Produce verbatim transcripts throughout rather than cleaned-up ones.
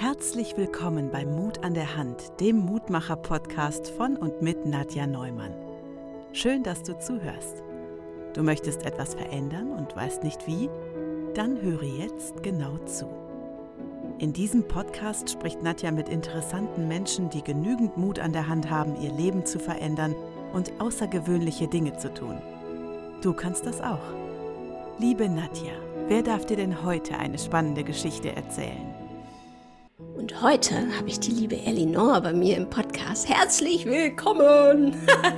Herzlich willkommen bei Mut an der Hand, dem Mutmacher-Podcast von und mit Nadja Neumann. Schön, dass du zuhörst. Du möchtest etwas verändern und weißt nicht wie? Dann höre jetzt genau zu. In diesem Podcast spricht Nadja mit interessanten Menschen, die genügend Mut an der Hand haben, ihr Leben zu verändern und außergewöhnliche Dinge zu tun. Du kannst das auch. Liebe Nadja, wer darf dir denn heute eine spannende Geschichte erzählen? Und heute habe ich die liebe Elinor bei mir im Podcast. Herzlich willkommen!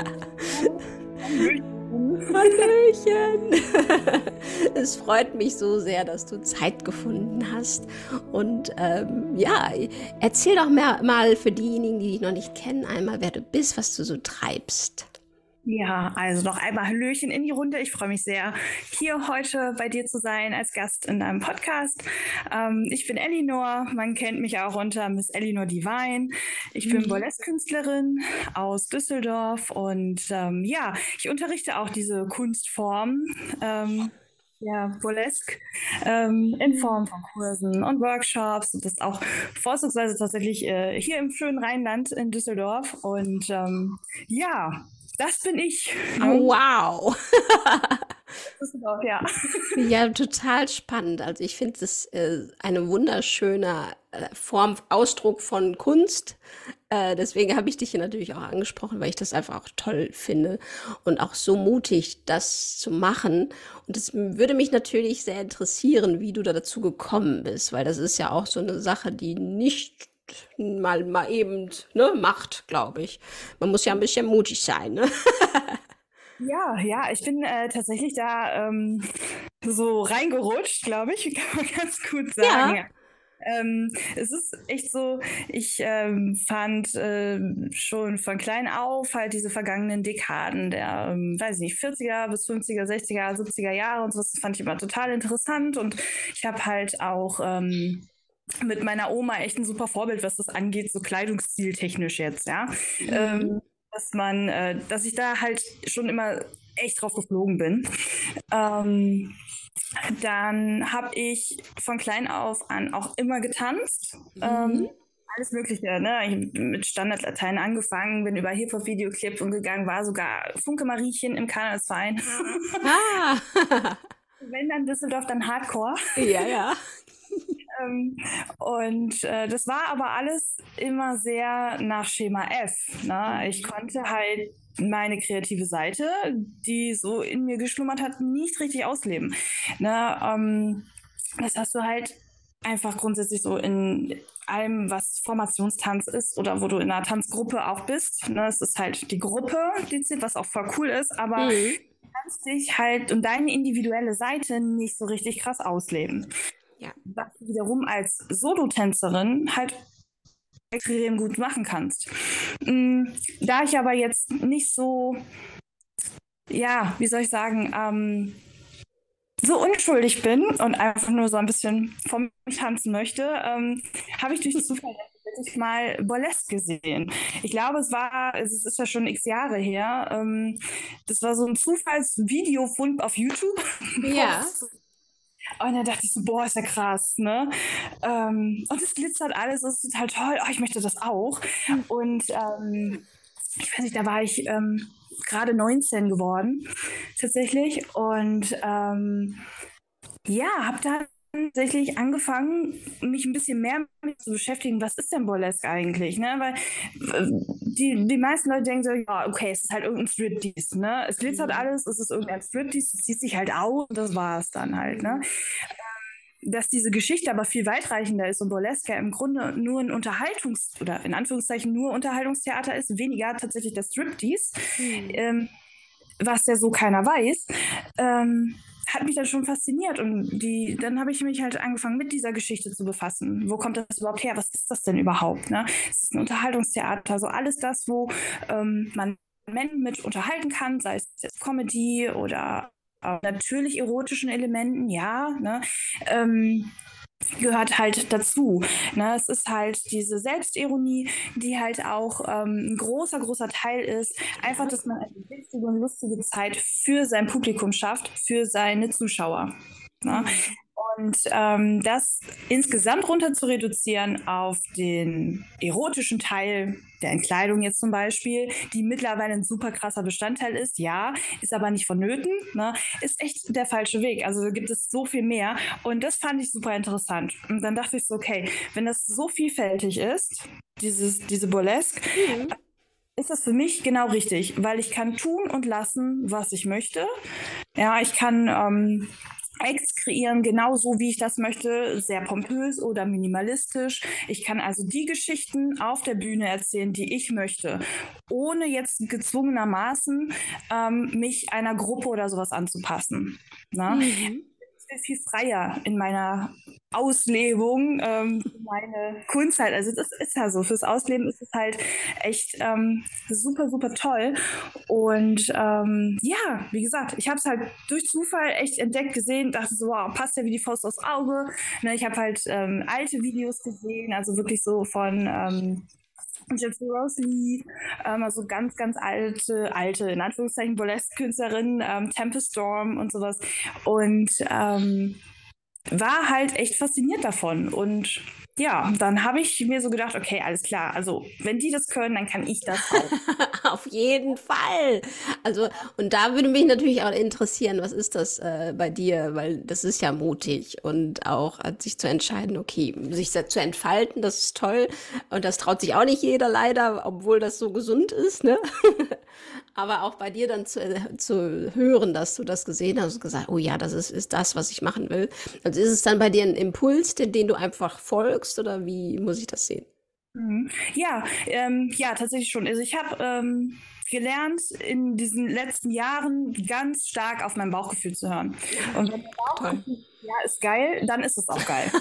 Hallöchen! Es freut mich so sehr, dass du Zeit gefunden hast. Und ähm, ja, erzähl doch mehr, mal für diejenigen, die dich noch nicht kennen, einmal, wer du bist, was du so treibst. Ja, also noch einmal Hallöchen in die Runde. Ich freue mich sehr, hier heute bei dir zu sein als Gast in deinem Podcast. Ähm, ich bin Elinor, man kennt mich auch unter Miss Elinor Divine. Ich bin Mhm. Burlesque-Künstlerin aus Düsseldorf und ähm, ja, ich unterrichte auch diese Kunstform. Ähm, Ja, Burlesque ähm, in Form von Kursen und Workshops und das auch vorzugsweise tatsächlich äh, hier im schönen Rheinland in Düsseldorf. Und ähm, ja, das bin ich. Oh, wow! Düsseldorf, ja. Ja, total spannend. Also ich finde es äh, eine wunderschöne äh, Form, Ausdruck von Kunst. Äh, deswegen habe ich dich hier natürlich auch angesprochen, weil ich das einfach auch toll finde und auch so mutig, das zu machen. Und es würde mich natürlich sehr interessieren, wie du da dazu gekommen bist, weil das ist ja auch so eine Sache, die nicht mal, mal eben ne, macht, glaube ich. Man muss ja ein bisschen mutig sein, ne? Ja, ja, ich bin äh, tatsächlich da ähm, so reingerutscht, glaube ich, kann man ganz gut sagen. Ja. Ähm, es ist echt so, ich ähm, fand ähm, schon von klein auf halt diese vergangenen Dekaden der, ähm, weiß ich nicht, vierziger bis fünfziger, sechziger, siebziger Jahre und so, das fand ich immer total interessant und ich habe halt auch ähm, mit meiner Oma echt ein super Vorbild, was das angeht, so kleidungsstiltechnisch jetzt, ja. Mhm. Ähm, dass man, äh, dass ich da halt schon immer echt drauf geflogen bin. Ähm, dann habe ich von klein auf an auch immer getanzt. Mhm. Ähm, alles Mögliche, ne? Ich hab mit Standardlatein angefangen, bin über Hip-Hop-Videoclips umgegangen, war sogar Funke Mariechen im Karnevalsverein. Ah. Wenn dann Düsseldorf, dann Hardcore. Ja, ja. Ähm, und äh, das war aber alles immer sehr nach Schema F. Ne? Ich konnte halt meine kreative Seite, die so in mir geschlummert hat, nicht richtig ausleben. Ne? Ähm, das hast du halt einfach grundsätzlich so in allem, was Formationstanz ist oder wo du in einer Tanzgruppe auch bist. Ne? Es ist halt die Gruppe, die zählt, was auch voll cool ist, aber Mhm. du kannst dich halt und deine individuelle Seite nicht so richtig krass ausleben. Ja. Was du wiederum als Solotänzerin halt extrem gut machen kannst. Mm, Da ich aber jetzt nicht so, ja, wie soll ich sagen, ähm, so unschuldig bin und einfach nur so ein bisschen vom tanzen möchte, ähm, habe ich durch Zufall tatsächlich mal Burlesque gesehen. Ich glaube, es war, es ist ja schon x Jahre her. Ähm, das war so ein Zufallsvideofund auf YouTube. Ja. Und dann dachte ich so, boah, ist ja krass, ne? Ähm, und es glitzert alles, es ist total toll. Oh, ich möchte das auch. Und ähm, ich weiß nicht, da war ich ähm, gerade neunzehn geworden, tatsächlich. Und ähm, ja, habe dann tatsächlich angefangen, mich ein bisschen mehr damit zu beschäftigen, was ist denn Burlesque eigentlich, ne? Weil äh, die, die meisten Leute denken so, ja, okay, es ist halt irgendein Striptease, ne? Es glitzert alles, es ist irgendein Striptease, es zieht sich halt aus und das war es dann halt, ne? Dass diese Geschichte aber viel weitreichender ist und Burlesque im Grunde nur ein Unterhaltungs- oder in Anführungszeichen nur Unterhaltungstheater ist, weniger tatsächlich der Striptease, Mhm. ähm, was ja so keiner weiß, ähm, hat mich dann schon fasziniert und die, dann habe ich mich halt angefangen mit dieser Geschichte zu befassen. Wo kommt das überhaupt her? Was ist das denn überhaupt? Ne? Es ist ein Unterhaltungstheater, so alles das, wo ähm, man Menschen mit unterhalten kann, sei es jetzt Comedy oder äh, natürlich erotischen Elementen, ja, ne? Ähm, gehört halt dazu. Ne? Es ist halt diese Selbstironie, die halt auch ähm, ein großer, großer Teil ist. Einfach, dass man eine witzige und lustige Zeit für sein Publikum schafft, für seine Zuschauer. Ne? Mhm. Und ähm, das insgesamt runter zu reduzieren auf den erotischen Teil der Entkleidung jetzt zum Beispiel, die mittlerweile ein super krasser Bestandteil ist, ja, ist aber nicht vonnöten, ne, ist echt der falsche Weg. Also gibt es so viel mehr und das fand ich super interessant. Und dann dachte ich so, okay, wenn das so vielfältig ist, dieses, diese Burlesque, Mhm. ist das für mich genau richtig, weil ich kann tun und lassen, was ich möchte. Ja, ich kann ähm, Acts kreieren, genau so, wie ich das möchte, sehr pompös oder minimalistisch. Ich kann also die Geschichten auf der Bühne erzählen, die ich möchte, ohne jetzt gezwungenermaßen ähm, mich einer Gruppe oder sowas anzupassen. Ne? Mhm. Ich bin viel freier in meiner Auslebung, ähm, für meine Kunst halt. Also das ist ja so. Fürs Ausleben ist es halt echt ähm, super, super toll. Und ähm, ja, wie gesagt, ich habe es halt durch Zufall echt entdeckt, gesehen, dachte so, wow, passt ja wie die Faust aufs Auge. Ne, ich habe halt ähm, alte Videos gesehen, also wirklich so von ähm, Gypsy Rose Lee, ähm, also ganz, ganz alte, alte, in Anführungszeichen, Burlesque-Künstlerin, ähm, Tempest Storm und sowas. Und ähm, war halt echt fasziniert davon. Und ja, dann habe ich mir so gedacht, okay, alles klar, also wenn die das können, dann kann ich das auch. Auf jeden Fall. Also, und da würde mich natürlich auch interessieren, was ist das äh, bei dir? Weil das ist ja mutig und auch äh, sich zu entscheiden, okay, sich se- zu entfalten, das ist toll. Und das traut sich auch nicht jeder leider, obwohl das so gesund ist, ne? Aber auch bei dir dann zu, äh, zu hören, dass du das gesehen hast und gesagt, oh ja, das ist, ist das, was ich machen will. Also ist es dann bei dir ein Impuls, den, den du einfach folgst oder wie muss ich das sehen? Mhm. Ja, ähm, ja, tatsächlich schon. Also ich habe ähm, gelernt, in diesen letzten Jahren ganz stark auf mein Bauchgefühl zu hören. Und wenn mein Toll. Bauchgefühl ja ist geil, dann ist es auch geil.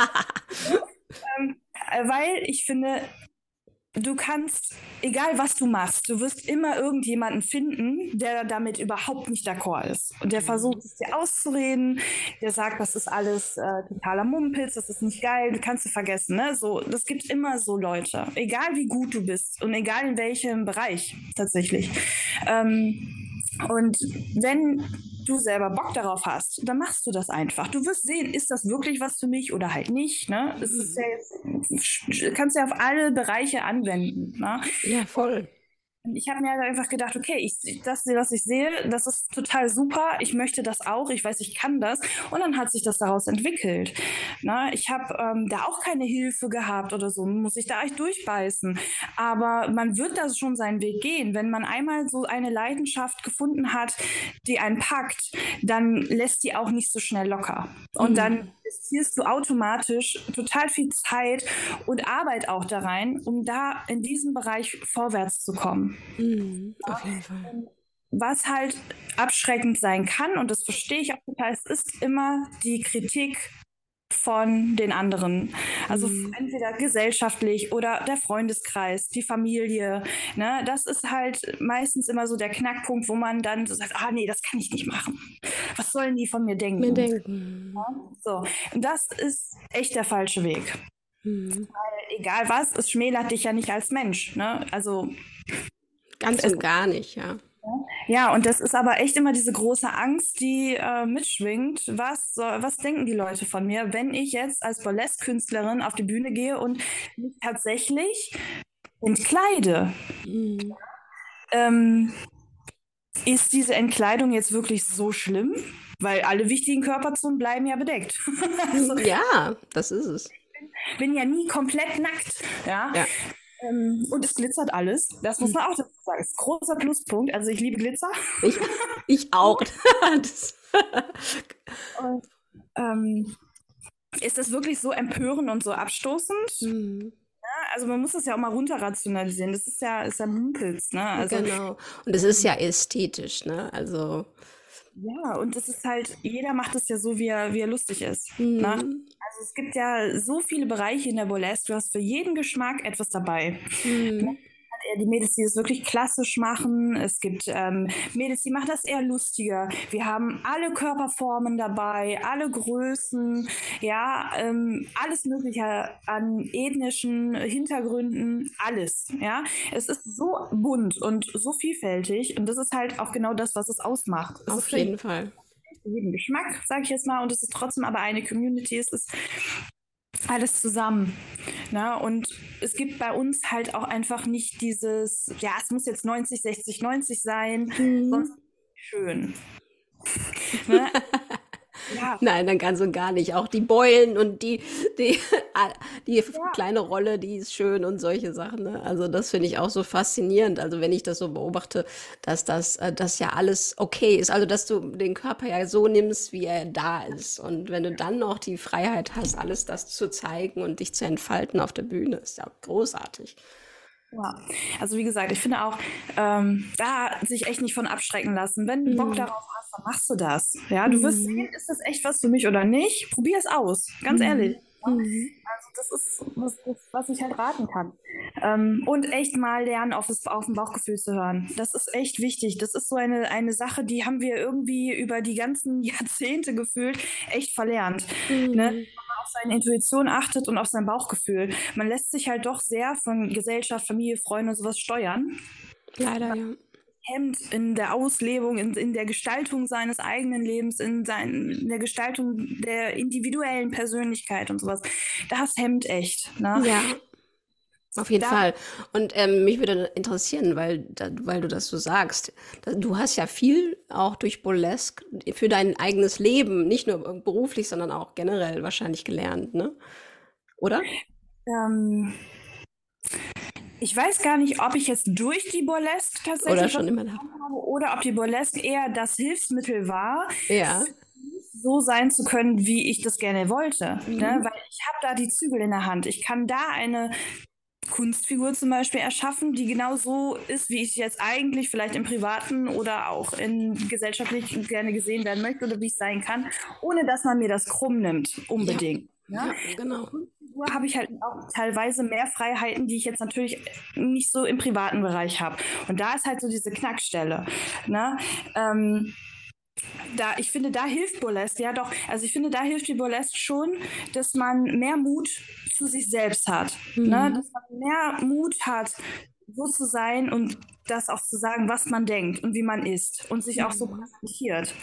Ähm, äh, weil ich finde, du kannst, egal was du machst, du wirst immer irgendjemanden finden, der damit überhaupt nicht d'accord ist. Und der versucht es dir auszureden, der sagt, das ist alles äh, totaler Mumpitz, das ist nicht geil, kannst du vergessen. Ne? So, das gibt immer so Leute, egal wie gut du bist und egal in welchem Bereich tatsächlich. Ähm, und wenn du selber Bock darauf hast, dann machst du das einfach. Du wirst sehen, ist das wirklich was für mich oder halt nicht. Ne? Es ist ja jetzt, kannst du ja auf alle Bereiche anwenden. Ne? Ja, voll. Ich habe mir halt einfach gedacht, okay, ich, das, was ich sehe, das ist total super. Ich möchte das auch. Ich weiß, ich kann das. Und dann hat sich das daraus entwickelt. Na, ich habe ähm, da auch keine Hilfe gehabt oder so. Man muss sich da echt durchbeißen. Aber man wird da schon seinen Weg gehen. Wenn man einmal so eine Leidenschaft gefunden hat, die einen packt, dann lässt die auch nicht so schnell locker. Und dann investierst du automatisch total viel Zeit und Arbeit auch da rein, um da in diesem Bereich vorwärts zu kommen. Mhm, auf jeden Fall. Was halt abschreckend sein kann, und das verstehe ich auch total, es ist immer die Kritik von den anderen. Also Mhm. entweder gesellschaftlich oder der Freundeskreis, die Familie. Ne? Das ist halt meistens immer so der Knackpunkt, wo man dann so sagt, ah nee, das kann ich nicht machen. Was sollen die von mir Mir denken? denken. So, und das ist echt der falsche Weg. Mhm. Egal was, es schmälert dich ja nicht als Mensch. Ne? Also Ganz es und gar nicht, ja. ja, und das ist aber echt immer diese große Angst, die äh, mitschwingt. Was soll, was denken die Leute von mir, wenn ich jetzt als Burlesque-Künstlerin auf die Bühne gehe und mich tatsächlich entkleide? Mhm. Ähm, ist diese Entkleidung jetzt wirklich so schlimm? Weil alle wichtigen Körperzonen bleiben ja bedeckt. Also, Ja, das ist es. ich bin ja nie komplett nackt. Ja? Ja. Ähm, und es glitzert alles. Das muss man auch dazu sagen. Das ist ein großer Pluspunkt. Also ich liebe Glitzer. Ich, ich auch. Das, Und, ähm, ist das wirklich so empörend und so abstoßend? Mhm. Also man muss das ja auch mal runterrationalisieren. Das ist ja, ist ja Mumpitz, ne? Also Genau. Und es ist ja ästhetisch, ne? Also, ja, und das ist halt, jeder macht es ja so, wie er, wie er lustig ist. Ne? mhm. Also es gibt ja so viele Bereiche in der Burlesque, du hast für jeden Geschmack etwas dabei. Ne? Mhm. Die Mädels, die das wirklich klassisch machen. Es gibt ähm, Mädels, die machen das eher lustiger. Wir haben alle Körperformen dabei, alle Größen, ja, ähm, alles Mögliche an ethnischen Hintergründen, alles, ja. Es ist so bunt und so vielfältig und das ist halt auch genau das, was es ausmacht. Es Auf ist für jeden Fall. für jeden Geschmack, sage ich jetzt mal, und es ist trotzdem aber eine Community, es ist alles zusammen. Ne? Und es gibt bei uns halt auch einfach nicht dieses, ja, es muss jetzt neunzig, sechzig, neunzig sein, Mhm. sonst schön. Ne? Ja. Nein, dann ganz und gar nicht. Auch die Beulen und die, die, die Ja. kleine Rolle, die ist schön und solche Sachen. Ne? Also das finde ich auch so faszinierend. Also wenn ich das so beobachte, dass das, äh, das ja alles okay ist. Also dass du den Körper ja so nimmst, wie er da ist. Und wenn du dann noch die Freiheit hast, alles das zu zeigen und dich zu entfalten auf der Bühne, ist ja großartig. Ja, also wie gesagt, ich finde auch, ähm, da sich echt nicht von abschrecken lassen. Wenn du Bock Mhm. darauf hast, dann machst du das. Ja, du wirst Mhm. sehen, ist das echt was für mich oder nicht? Probier es aus, ganz ehrlich. Mhm. Also das ist was, was, was ich halt raten kann. Ähm, und echt mal lernen, auf das auf dem Bauchgefühl zu hören. Das ist echt wichtig. Das ist so eine, eine Sache, die haben wir irgendwie über die ganzen Jahrzehnte gefühlt echt verlernt. Ne? Mhm. Wenn man auf seine Intuition achtet und auf sein Bauchgefühl. Man lässt sich halt doch sehr von Gesellschaft, Familie, Freunde und sowas steuern. Leider, ja. Hemmt in der Auslebung, in, in der Gestaltung seines eigenen Lebens, in, sein, in der Gestaltung der individuellen Persönlichkeit und sowas. Das hemmt echt. Ne? Ja, auf jeden Da, Fall. Und ähm, mich würde interessieren, weil, da, weil du das so sagst. Da, du hast ja viel auch durch Burlesque für dein eigenes Leben, nicht nur beruflich, sondern auch generell wahrscheinlich gelernt, ne? Oder? ähm, ich weiß gar nicht, ob ich jetzt durch die Burlesque Oder tatsächlich was schon immer da? gelernt habe oder ob die Burlesque eher das Hilfsmittel war, Ja. so sein zu können, wie ich das gerne wollte. Ne? Mhm. Weil ich habe da die Zügel in der Hand. Ich kann da eine Kunstfigur zum Beispiel erschaffen, die genau so ist, wie ich jetzt eigentlich vielleicht im Privaten oder auch in gesellschaftlich gerne gesehen werden möchte oder wie ich sein kann, ohne dass man mir das krumm nimmt, Ja, unbedingt. Ne? ja, genau. Kunstfigur habe ich halt auch teilweise mehr Freiheiten, die ich jetzt natürlich nicht so im privaten Bereich habe. Und da ist halt so diese Knackstelle. Ne? Ähm, da, ich finde, da hilft Burlesque, ja doch, also ich finde, da hilft die Burlesque schon, dass man mehr Mut zu sich selbst hat. Ne? Mhm. Dass man mehr Mut hat, so zu sein und das auch zu sagen, was man denkt und wie man ist und sich auch so Mhm. präsentiert.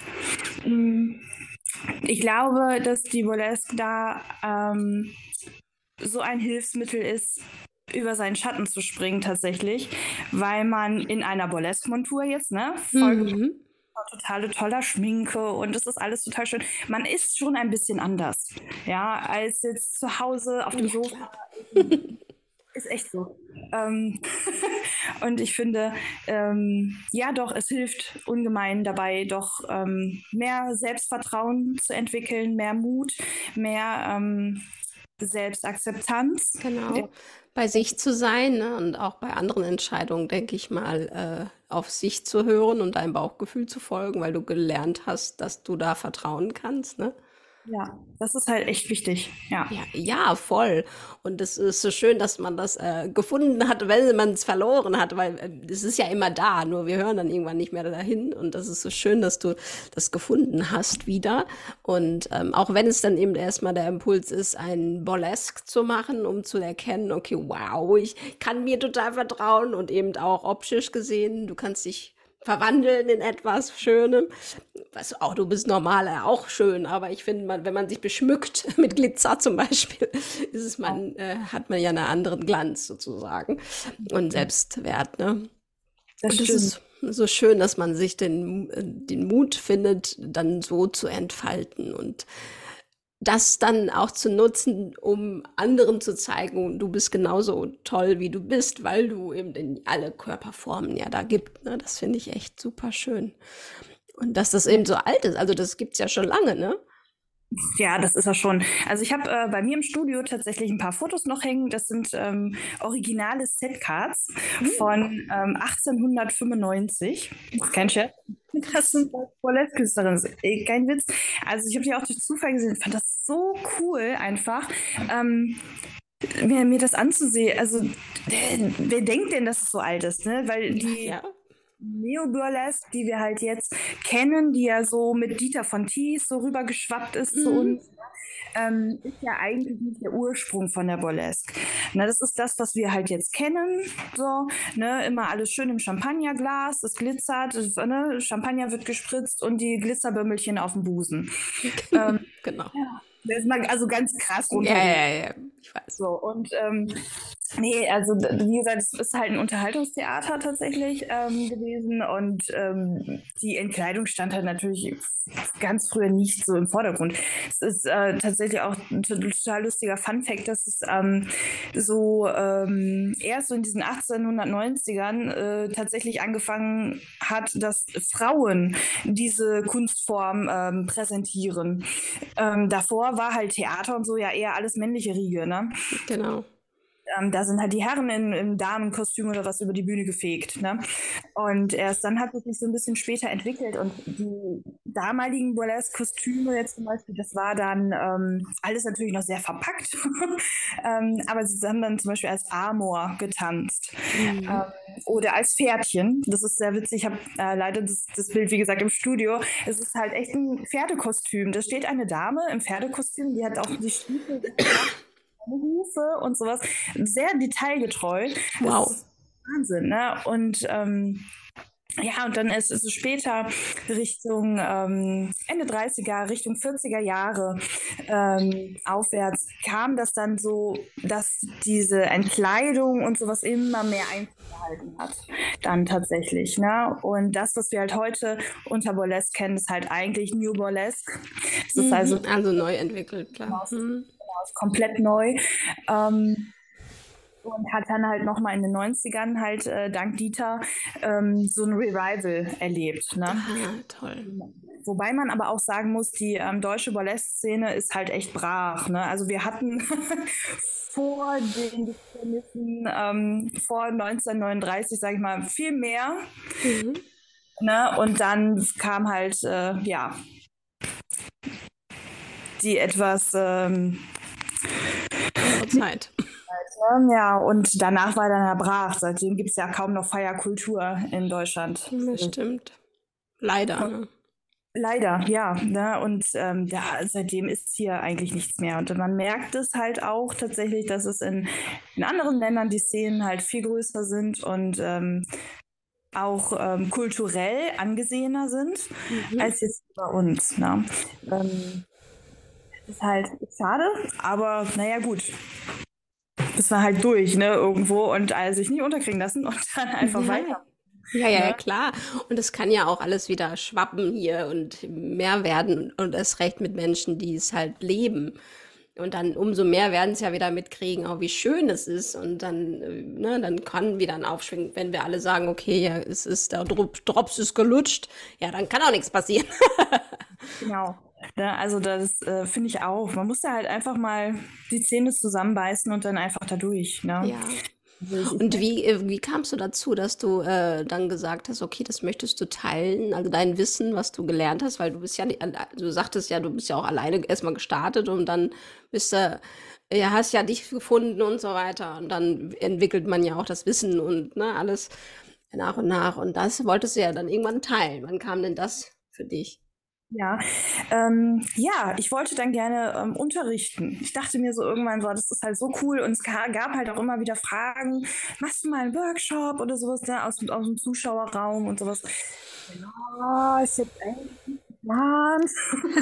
Mm, Ich glaube, dass die Burlesque da ähm, so ein Hilfsmittel ist, über seinen Schatten zu springen tatsächlich, weil man in einer Burlesque-Montur jetzt, ne, voll Mhm. totale toller Schminke und es ist alles total schön. Man ist schon ein bisschen anders, ja, als jetzt zu Hause auf dem Ja, Sofa. klar. Ist echt so. Ähm, und ich finde, ähm, ja doch, es hilft ungemein dabei, doch ähm, mehr Selbstvertrauen zu entwickeln, mehr Mut, mehr ähm, Selbstakzeptanz. Ja, Genau. Bei sich zu sein, ne? Und auch bei anderen Entscheidungen, denke ich mal, äh, auf sich zu hören und deinem Bauchgefühl zu folgen, weil du gelernt hast, dass du da vertrauen kannst, ne? ja, das ist halt echt wichtig. Ja. Ja, ja, voll. Und es ist so schön, dass man das äh, gefunden hat, wenn man es verloren hat, weil äh, es ist ja immer da, nur wir hören dann irgendwann nicht mehr dahin. Und das ist so schön, dass du das gefunden hast wieder. Und ähm, auch wenn es dann eben erstmal der Impuls ist, ein Burlesque zu machen, um zu erkennen, okay, wow, ich kann mir total vertrauen und eben auch optisch gesehen, du kannst dich verwandeln in etwas Schönem. Weißt du, auch du bist normal, äh, auch schön, aber ich finde, man, wenn man sich beschmückt mit Glitzer zum Beispiel, ist es man, äh, hat man ja einen anderen Glanz sozusagen und Selbstwert, ne? Das Und es stimmt. ist so schön, dass man sich den, äh, den Mut findet, dann so zu entfalten und das dann auch zu nutzen, um anderen zu zeigen, du bist genauso toll, wie du bist, weil du eben in alle Körperformen ja da gibt. Ne? Das finde ich echt super schön. Und dass das eben so alt ist, also das gibt's ja schon lange, ne? Ja, das ist er schon. Also ich habe äh, bei mir im Studio tatsächlich ein paar Fotos noch hängen. Das sind ähm, originale Setcards von ähm, achtzehnhundertfünfundneunzig. Das ist kein Scherz. Das sind Burlesque-Künstlerinnen. Eh, kein Witz. Also ich habe die auch durch Zufall gesehen. Ich fand das so cool einfach. Ähm, mir, mir das anzusehen. Also wer, wer denkt denn, dass es so alt ist, ne? Weil die Ja. Neo-Burlesque, die wir halt jetzt kennen, die ja so mit Dieter von Thies so rübergeschwappt ist zu Mhm. uns, ähm, ist ja eigentlich nicht der Ursprung von der Burlesque. Ne, das ist das, was wir halt jetzt kennen. So, ne, immer alles schön im Champagnerglas, es glitzert, es, ne, Champagner wird gespritzt und die Glitzerbömmelchen auf dem Busen. ähm, Genau. ja, das ist mal also ganz krass Ja, runter. ja, ja, ich weiß. So, und ähm, nee, also wie gesagt, es ist halt ein Unterhaltungstheater tatsächlich ähm, gewesen und ähm, die Entkleidung stand halt natürlich ganz früher nicht so im Vordergrund. Es ist äh, tatsächlich auch ein total lustiger Funfact, dass es ähm, so ähm, erst so in diesen achtzehnhundertneunzigern äh, tatsächlich angefangen hat, dass Frauen diese Kunstform ähm, präsentieren. Ähm, davor war halt Theater und so ja eher alles männliche Riege, ne? Genau. Ähm, da sind halt die Herren in, in Damenkostüm oder was über die Bühne gefegt. Ne? Und erst dann hat es sich so ein bisschen später entwickelt. Und die damaligen Burlesque-Kostüme jetzt zum Beispiel, das war dann ähm, alles natürlich noch sehr verpackt. ähm, aber sie haben dann zum Beispiel als Amor getanzt. Mhm. Ähm, oder als Pferdchen. Das ist sehr witzig. Ich habe äh, leider das, das Bild, wie gesagt, im Studio. Es ist halt echt ein Pferdekostüm. Da steht eine Dame im Pferdekostüm, die hat auch die Stiefel Hufe und sowas. Sehr detailgetreu. Wow. Das ist Wahnsinn, ne? Und ähm, ja, und dann ist es später Richtung ähm, Ende dreißiger, Richtung vierziger Jahre ähm, aufwärts kam das dann so, dass diese Entkleidung und sowas immer mehr Einzug gehalten hat. Dann tatsächlich, ne? Und das, was wir halt heute unter Burlesque kennen, ist halt eigentlich New Burlesque. Es ist Mhm. also Also neu entwickelt, klar. Mhm. komplett neu. Ähm, und hat dann halt nochmal in den neunzigern halt äh, dank Dieter ähm, so ein Revival erlebt. Ne? Aha, toll. Wobei man aber auch sagen muss, die ähm, deutsche Burlesque-Szene ist halt echt brach. Ne? Also wir hatten vor den Gefängnissen, ähm, vor neunzehnhundertneununddreißig, sage ich mal, viel mehr. Mhm. Ne? Und dann kam halt, äh, ja, die etwas... Ähm, Zeit. Ja, und danach war dann ja brach. Seitdem gibt es ja kaum noch Feierkultur in Deutschland. Das stimmt. Leider. Ne? Leider, ja. Ne? Und ähm, ja, seitdem ist hier eigentlich nichts mehr. Und man merkt es halt auch tatsächlich, dass es in, in anderen Ländern die Szenen halt viel größer sind und ähm, auch ähm, kulturell angesehener sind Mhm. als jetzt bei uns. Ne? Ähm, ist halt schade, aber naja, gut. Das war halt durch, ne, irgendwo und all sich nicht unterkriegen lassen und dann einfach Ja. weiter. Ja, ja, Ne? klar. Und es kann ja auch alles wieder schwappen hier und mehr werden und erst recht mit Menschen, die es halt leben. Und dann umso mehr werden es ja wieder mitkriegen, auch wie schön es ist. Und dann, äh, ne, dann kann wieder ein Aufschwung, wenn wir alle sagen, okay, ja, es ist, der Drop- Drops ist gelutscht, ja, dann kann auch nichts passieren. Genau. Ne, also das äh, finde ich auch. Man muss da halt einfach mal die Zähne zusammenbeißen und dann einfach da durch. Ne? Ja. Also ich, ich, Und wie, äh, wie kamst du dazu, dass du äh, dann gesagt hast, okay, das möchtest du teilen, also dein Wissen, was du gelernt hast, weil du bist ja nicht, alle- du sagtest ja, du bist ja auch alleine erstmal gestartet und dann bist du, ja, hast ja dich gefunden und so weiter. Und dann entwickelt man ja auch das Wissen und ne, alles nach und nach. Und das wolltest du ja dann irgendwann teilen. Wann kam denn das für dich? ja, ähm, ja, ich wollte dann gerne ähm, unterrichten. Ich dachte mir so irgendwann so, das ist halt so cool und es ga- gab halt auch immer wieder Fragen, machst du mal einen Workshop oder sowas ne, aus, aus dem Zuschauerraum und sowas. Ja, ist jetzt eigentlich nicht geplant.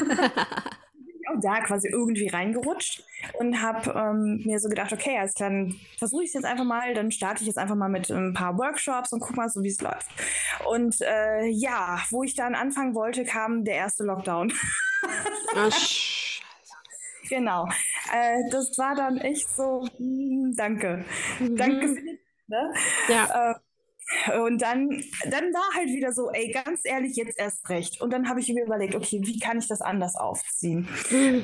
Auch da quasi irgendwie reingerutscht und habe ähm, mir so gedacht, okay, also dann versuche ich es jetzt einfach mal, dann starte ich jetzt einfach mal mit ein paar Workshops und guck mal so, wie es läuft. Und äh, ja, wo ich dann anfangen wollte, kam der erste Lockdown. Ah, sch- Genau. Äh, das war dann echt so, hm, danke. Danke für Mhm. die, ne? Ja. Äh, und dann, dann war halt wieder so, ey, ganz ehrlich, jetzt erst recht. Und dann habe ich mir überlegt, okay, wie kann ich das anders aufziehen? Mhm.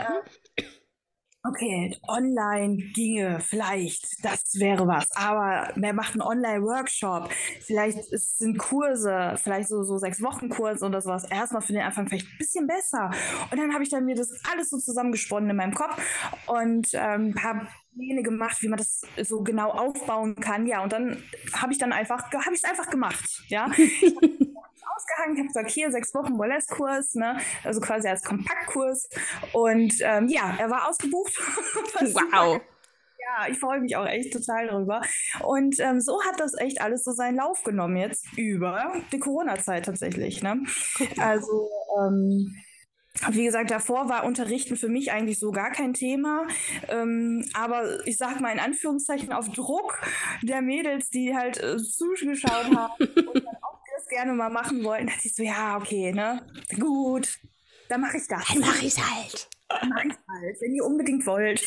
Okay, online ginge vielleicht, das wäre was. Aber wer macht einen Online-Workshop? Vielleicht es sind Kurse, vielleicht so, so sechs Wochen Kurse oder sowas. Erstmal für den Anfang vielleicht ein bisschen besser. Und dann habe ich dann mir das alles so zusammengesponnen in meinem Kopf und ähm, habe Pläne gemacht, wie man das so genau aufbauen kann. Ja, und dann habe ich dann einfach, habe ich es einfach gemacht. Ja, rausgehangen, habe gesagt, hier sechs Wochen Burlesque-Kurs, ne? Also quasi als Kompaktkurs. Und ähm, ja, er war ausgebucht. Wow. Ja, ich freue mich auch echt total drüber. Und ähm, so hat das echt alles so seinen Lauf genommen jetzt über die Corona-Zeit tatsächlich. Ne? Also ähm, wie gesagt, davor war Unterrichten für mich eigentlich so gar kein Thema. Ähm, aber ich sag mal in Anführungszeichen auf Druck der Mädels, die halt äh, zugeschaut haben und dann auch das gerne mal machen wollten, dachte ich so, ja, okay, ne? Gut, dann mache ich das. Dann mache ich es halt. Dann mache ich halt, wenn ihr unbedingt wollt.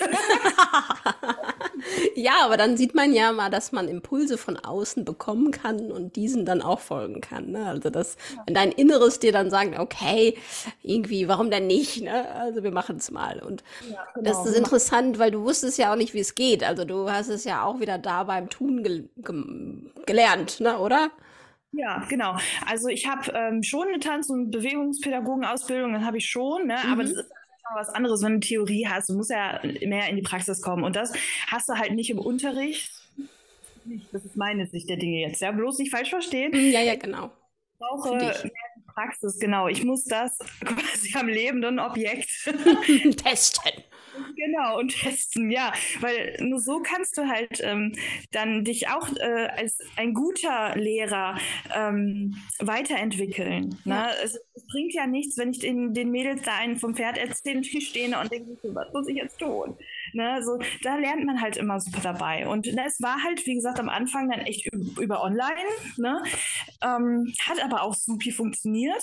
Ja, aber dann sieht man ja mal, dass man Impulse von außen bekommen kann und diesen dann auch folgen kann. Ne? Also das, wenn dein Inneres dir dann sagt, okay, irgendwie, warum denn nicht? Ne? Also wir machen es mal. Und Ja, das genau. ist interessant, weil du wusstest ja auch nicht, wie es geht. Also du hast es ja auch wieder da beim Tun gel gem- gelernt, ne? Oder? Ja, genau. Also ich habe ähm, schon eine Tanz- und Bewegungspädagogenausbildung, das habe ich schon, ne? Aber das Mhm. ist natürlich noch was anderes, wenn du Theorie hast. Du musst ja mehr in die Praxis kommen. Und das hast du halt nicht im Unterricht. Nicht, das ist meine Sicht der Dinge jetzt. Ja, bloß nicht falsch verstehen. Mm, ja, ja, genau. Ich brauche Für mehr dich. Praxis, genau. Ich muss das quasi am lebenden Objekt Testen. genau, und testen, ja, weil nur so kannst du halt ähm, dann dich auch äh, als ein guter Lehrer ähm, weiterentwickeln. Ja. Ne? Es, es bringt ja nichts, wenn ich den, den Mädels da einen vom Pferd erzähle und ich stehe und denke, so, was muss ich jetzt tun? Ne? So, da lernt man halt immer super dabei. Und es war halt, wie gesagt, am Anfang dann echt über online, ne? Ähm, hat aber auch super funktioniert.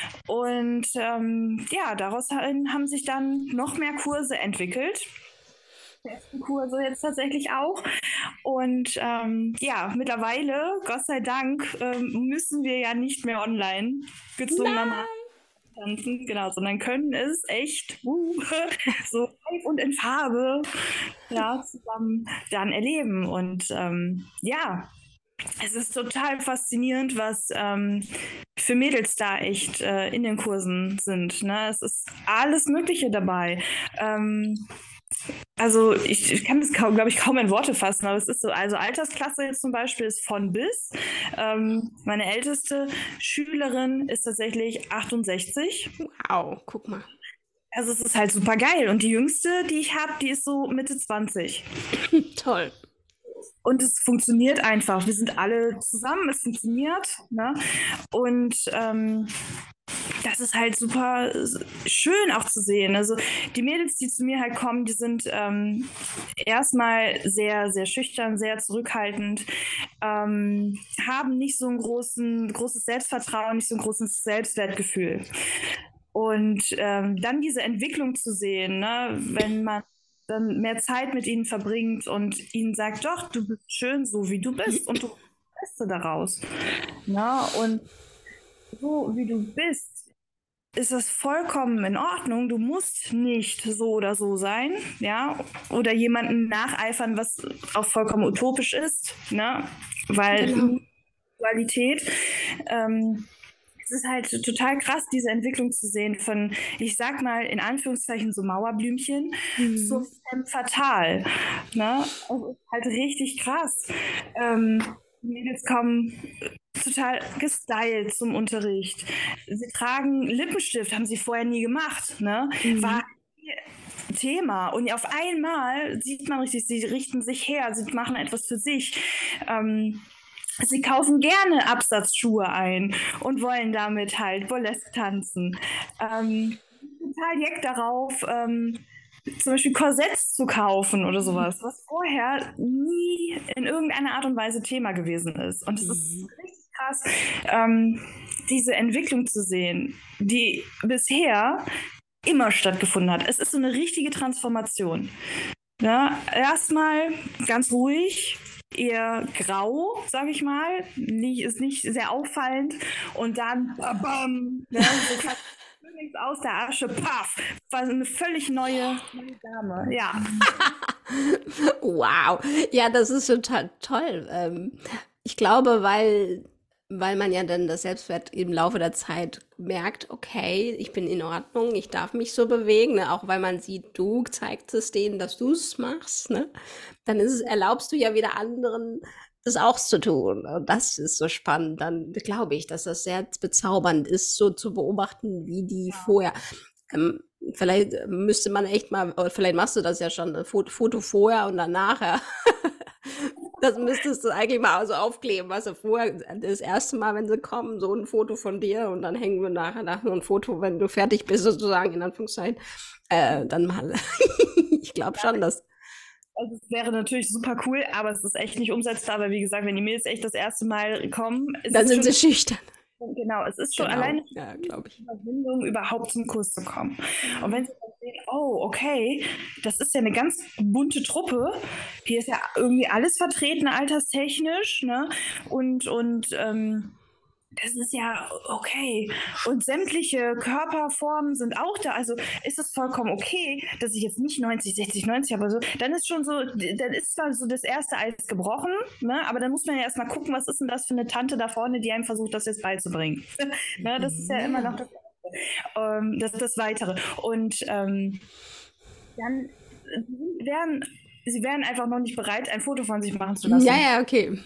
Und ähm, ja, daraus haben sich dann noch mehr Kurse entwickelt. Festen Kurse jetzt tatsächlich auch. Und ähm, ja, mittlerweile, Gott sei Dank, ähm, müssen wir ja nicht mehr online gezwungenermaßen tanzen, genau, sondern können es echt uh, so live und in Farbe ja, zusammen dann erleben. Und ähm, ja, es ist total faszinierend, was ähm, für Mädels da echt äh, in den Kursen sind. Ne? Es ist alles Mögliche dabei. Ähm, also ich, ich kann das kaum, glaube ich, kaum in Worte fassen, aber es ist so, also Altersklasse jetzt zum Beispiel ist von bis. Ähm, meine älteste Schülerin ist tatsächlich achtundsechzig. Wow, guck mal. Also es ist halt super geil. Und die jüngste, die ich habe, die ist so Mitte zwanzig. Toll. Und es funktioniert einfach. Wir sind alle zusammen, es funktioniert. Ne? Und ähm, das ist halt super schön auch zu sehen. Also die Mädels, die zu mir halt kommen, die sind ähm, erstmal sehr, sehr schüchtern, sehr zurückhaltend, ähm, haben nicht so ein großen, großes Selbstvertrauen, nicht so ein großes Selbstwertgefühl. Und ähm, dann diese Entwicklung zu sehen, ne, wenn man dann mehr Zeit mit ihnen verbringt und ihnen sagt, doch, du bist schön so, wie du bist und du machst das Beste daraus. Na, und so, wie du bist, ist das vollkommen in Ordnung. Du musst nicht so oder so sein, ja, oder jemanden nacheifern, was auch vollkommen utopisch ist, ne, weil Genau. Qualität, ähm, es ist halt total krass, diese Entwicklung zu sehen von, ich sag mal, in Anführungszeichen so Mauerblümchen zu Mhm. femme fatale. Ne? Also ist halt richtig krass. Ähm, die Mädels kommen total gestylt zum Unterricht. Sie tragen Lippenstift, haben sie vorher nie gemacht. Ne? War Mhm. Thema. Und auf einmal sieht man richtig, sie richten sich her, sie machen etwas für sich. Ähm, Sie kaufen gerne Absatzschuhe ein und wollen damit halt Burlesque tanzen. Ähm, total jeck darauf, ähm, zum Beispiel Korsetts zu kaufen oder sowas, was vorher nie in irgendeiner Art und Weise Thema gewesen ist. Und es ist Mhm. richtig krass, ähm, diese Entwicklung zu sehen, die bisher immer stattgefunden hat. Es ist so eine richtige Transformation. Ja, erstmal ganz ruhig, eher grau, sage ich mal. Nie, ist nicht sehr auffallend. Und dann, bam, ne, so kam nichts aus der Asche, paff, war so eine völlig neue, neue Dame. Ja. Wow. Ja, das ist total toll. Ähm, ich glaube, weil, weil man ja dann das Selbstwert im Laufe der Zeit merkt, okay, ich bin in Ordnung, ich darf mich so bewegen, ne? Auch weil man sieht, du zeigst es denen, dass du es machst, ne? Dann ist es, erlaubst du ja wieder anderen das auch zu tun. Und das ist so spannend. Dann glaube ich, dass das sehr bezaubernd ist, so zu beobachten, wie die vorher. Ähm, vielleicht müsste man echt mal, oder vielleicht machst du das ja schon, ein Foto, Foto vorher und dann nachher. Das müsstest du eigentlich mal so aufkleben, was du vorher, das erste Mal, wenn sie kommen, so ein Foto von dir und dann hängen wir nachher nach so ein Foto, wenn du fertig bist, sozusagen, in Anführungszeichen, äh, dann mal. Ich glaube schon, dass. Also es wäre natürlich super cool, aber es ist echt nicht umsetzbar, weil wie gesagt, wenn die Mädels echt das erste Mal kommen, ist Dann es sind schon, sie schüchtern. genau, es ist schon Genau. alleine Ja, glaube ich. die Überwindung, überhaupt zum Kurs zu kommen. Und wenn sie dann sehen, oh, okay, das ist ja eine ganz bunte Truppe, hier ist ja irgendwie alles vertreten, alterstechnisch, ne? Und, und ähm, das ist ja okay. Und sämtliche Körperformen sind auch da. Also ist es vollkommen okay, dass ich jetzt nicht neunzig, sechzig, neunzig habe. So, dann ist schon so, dann ist zwar so das erste Eis gebrochen, ne? Aber dann muss man ja erstmal gucken, was ist denn das für eine Tante da vorne, die einem versucht, das jetzt beizubringen. Ne? Das ist ja, ja immer noch das, ähm, das, das Weitere. Und ähm, dann werden sie wären einfach noch nicht bereit, ein Foto von sich machen zu lassen. Ja, ja, okay.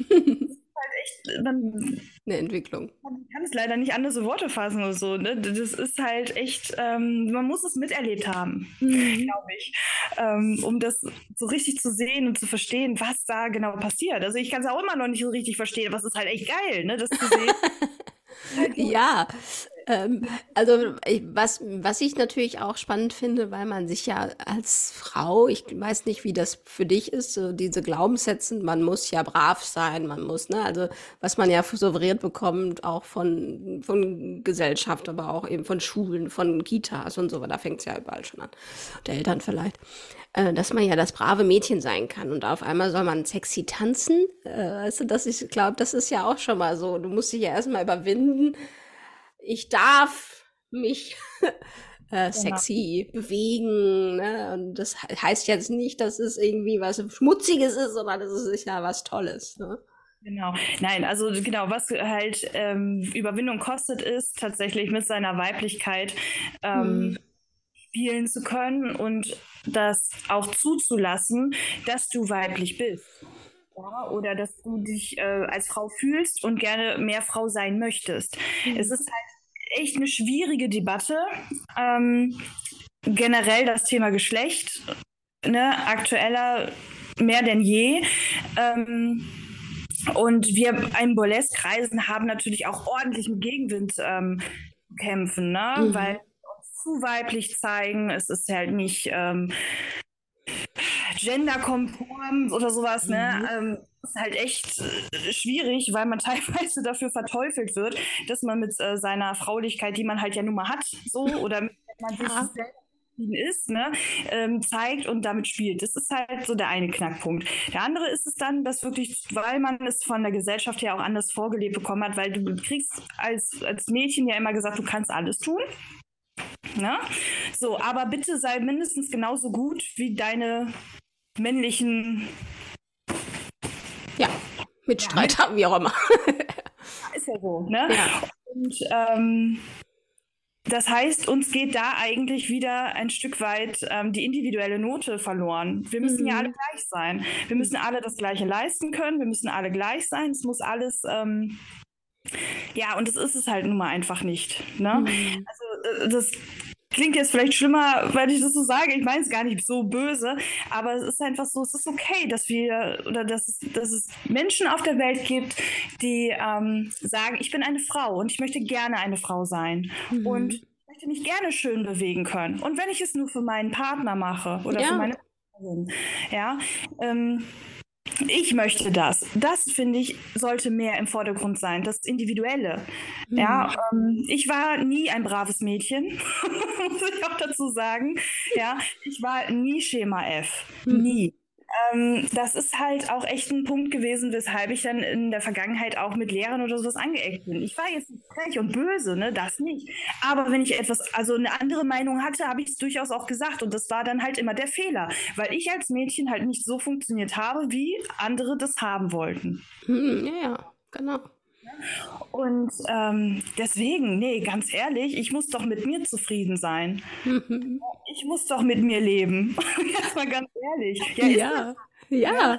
Echt, man, eine Entwicklung. Man kann es leider nicht anders in Worte fassen oder so. Ne? Das ist halt echt, ähm, man muss es miterlebt haben, mhm. glaube ich, ähm, um das so richtig zu sehen und zu verstehen, was da genau passiert. Also ich kann es auch immer noch nicht so richtig verstehen, aber es ist halt echt geil, ne, das zu sehen. Halt ja, ähm, also ich, was, was ich natürlich auch spannend finde, weil man sich ja als Frau, ich weiß nicht, wie das für dich ist, so diese Glaubenssätze, man muss ja brav sein, man muss, ne, also was man ja suggeriert bekommt, auch von, von Gesellschaft, aber auch eben von Schulen, von Kitas und so, da fängt es ja überall schon an, der Eltern vielleicht. Dass man ja das brave Mädchen sein kann und auf einmal soll man sexy tanzen. Äh, weißt du, dass ich glaube, das ist ja auch schon mal so. Du musst dich ja erstmal überwinden. Ich darf mich äh, sexy genau. bewegen. Ne? Und das heißt jetzt nicht, dass es irgendwie was Schmutziges ist, sondern es ist ja was Tolles. Ne? Genau, nein, also genau, was halt ähm, Überwindung kostet, ist tatsächlich mit seiner Weiblichkeit ähm, hm. spielen zu können und das auch zuzulassen, dass du weiblich bist. Ja, oder dass du dich äh, als Frau fühlst und gerne mehr Frau sein möchtest. Mhm. Es ist halt echt eine schwierige Debatte. Ähm, generell das Thema Geschlecht, ne, aktueller mehr denn je. Ähm, und wir in Burlesque-Kreisen haben natürlich auch ordentlich mit Gegenwind ähm, kämpfen, ne? Mhm. Weil zu weiblich zeigen, es ist halt nicht ähm, genderkonform oder sowas, mhm. ne? Ähm, ist halt echt äh, schwierig, weil man teilweise dafür verteufelt wird, dass man mit äh, seiner Fraulichkeit, die man halt ja nun mal hat, so, oder mit der man sich selbst ist, ne, ähm, zeigt und damit spielt. Das ist halt so der eine Knackpunkt. Der andere ist es dann, dass wirklich, weil man es von der Gesellschaft her auch anders vorgelebt bekommen hat, weil du kriegst als, als Mädchen ja immer gesagt, du kannst alles tun. Ne? So, aber bitte sei mindestens genauso gut wie deine männlichen ja, Mitstreiter, ja, wie auch immer. Ist ja so, ne? Ja. Und ähm, das heißt, uns geht da eigentlich wieder ein Stück weit ähm, die individuelle Note verloren. Wir müssen mhm. ja alle gleich sein. Wir müssen alle das Gleiche leisten können. Wir müssen alle gleich sein. Es muss alles ähm, ja, und das ist es halt nun mal einfach nicht. Ne? Mhm. Also das klingt jetzt vielleicht schlimmer, weil ich das so sage. Ich meine es gar nicht so böse, aber es ist einfach so, es ist okay, dass wir oder dass es, dass es Menschen auf der Welt gibt, die ähm, sagen, ich bin eine Frau und ich möchte gerne eine Frau sein. Mhm. Und ich möchte mich gerne schön bewegen können. Und wenn ich es nur für meinen Partner mache oder ja. für meine Partnerin, ja, ähm, ich möchte das. Das, finde ich, sollte mehr im Vordergrund sein, das Individuelle. Mhm. Ja, ähm, ich war nie ein braves Mädchen, muss ich auch dazu sagen. Ja, ich war nie Schema F. Mhm. Nie. Ähm, das ist halt auch echt ein Punkt gewesen, weshalb ich dann in der Vergangenheit auch mit Lehrern oder sowas angeeckt bin. Ich war jetzt nicht frech und böse, ne, das nicht. Aber wenn ich etwas, also eine andere Meinung hatte, habe ich es durchaus auch gesagt. Und das war dann halt immer der Fehler, weil ich als Mädchen halt nicht so funktioniert habe, wie andere das haben wollten. Hm, ja, genau. Und ähm, deswegen, nee, ganz ehrlich, ich muss doch mit mir zufrieden sein. Mhm. Ich muss doch mit mir leben. Jetzt mal ganz ehrlich. Ja, ja. ja.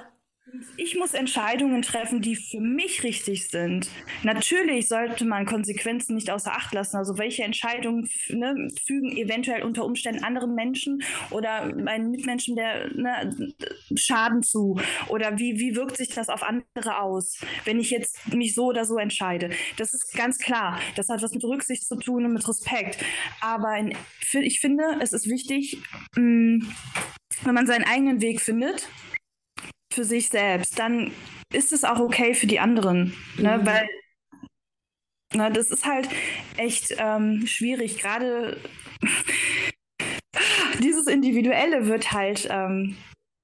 Ich muss Entscheidungen treffen, die für mich richtig sind. Natürlich sollte man Konsequenzen nicht außer Acht lassen. Also welche Entscheidungen ne, fügen eventuell unter Umständen anderen Menschen oder meinen Mitmenschen der ne, Schaden zu? Oder wie, wie wirkt sich das auf andere aus, wenn ich jetzt mich so oder so entscheide? Das ist ganz klar. Das hat was mit Rücksicht zu tun und mit Respekt. Aber in, ich finde, es ist wichtig, mh, wenn man seinen eigenen Weg findet, für sich selbst, dann ist es auch okay für die anderen. Ne? Mhm. Weil ne, das ist halt echt ähm, schwierig. Gerade dieses Individuelle wird halt ähm,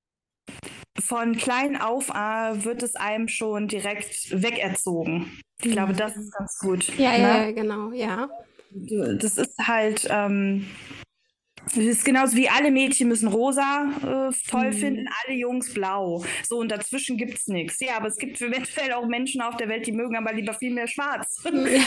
von klein auf äh, wird es einem schon direkt wegerzogen. Ich glaube, das ist ganz gut. Ja, ne? ja, ja, genau, ja. Das ist halt, ähm, das ist genauso wie alle Mädchen müssen rosa äh, toll Mhm. finden, alle Jungs blau. So, und dazwischen gibt es nichts. Ja, aber es gibt eventuell auch Menschen auf der Welt, die mögen aber lieber viel mehr schwarz.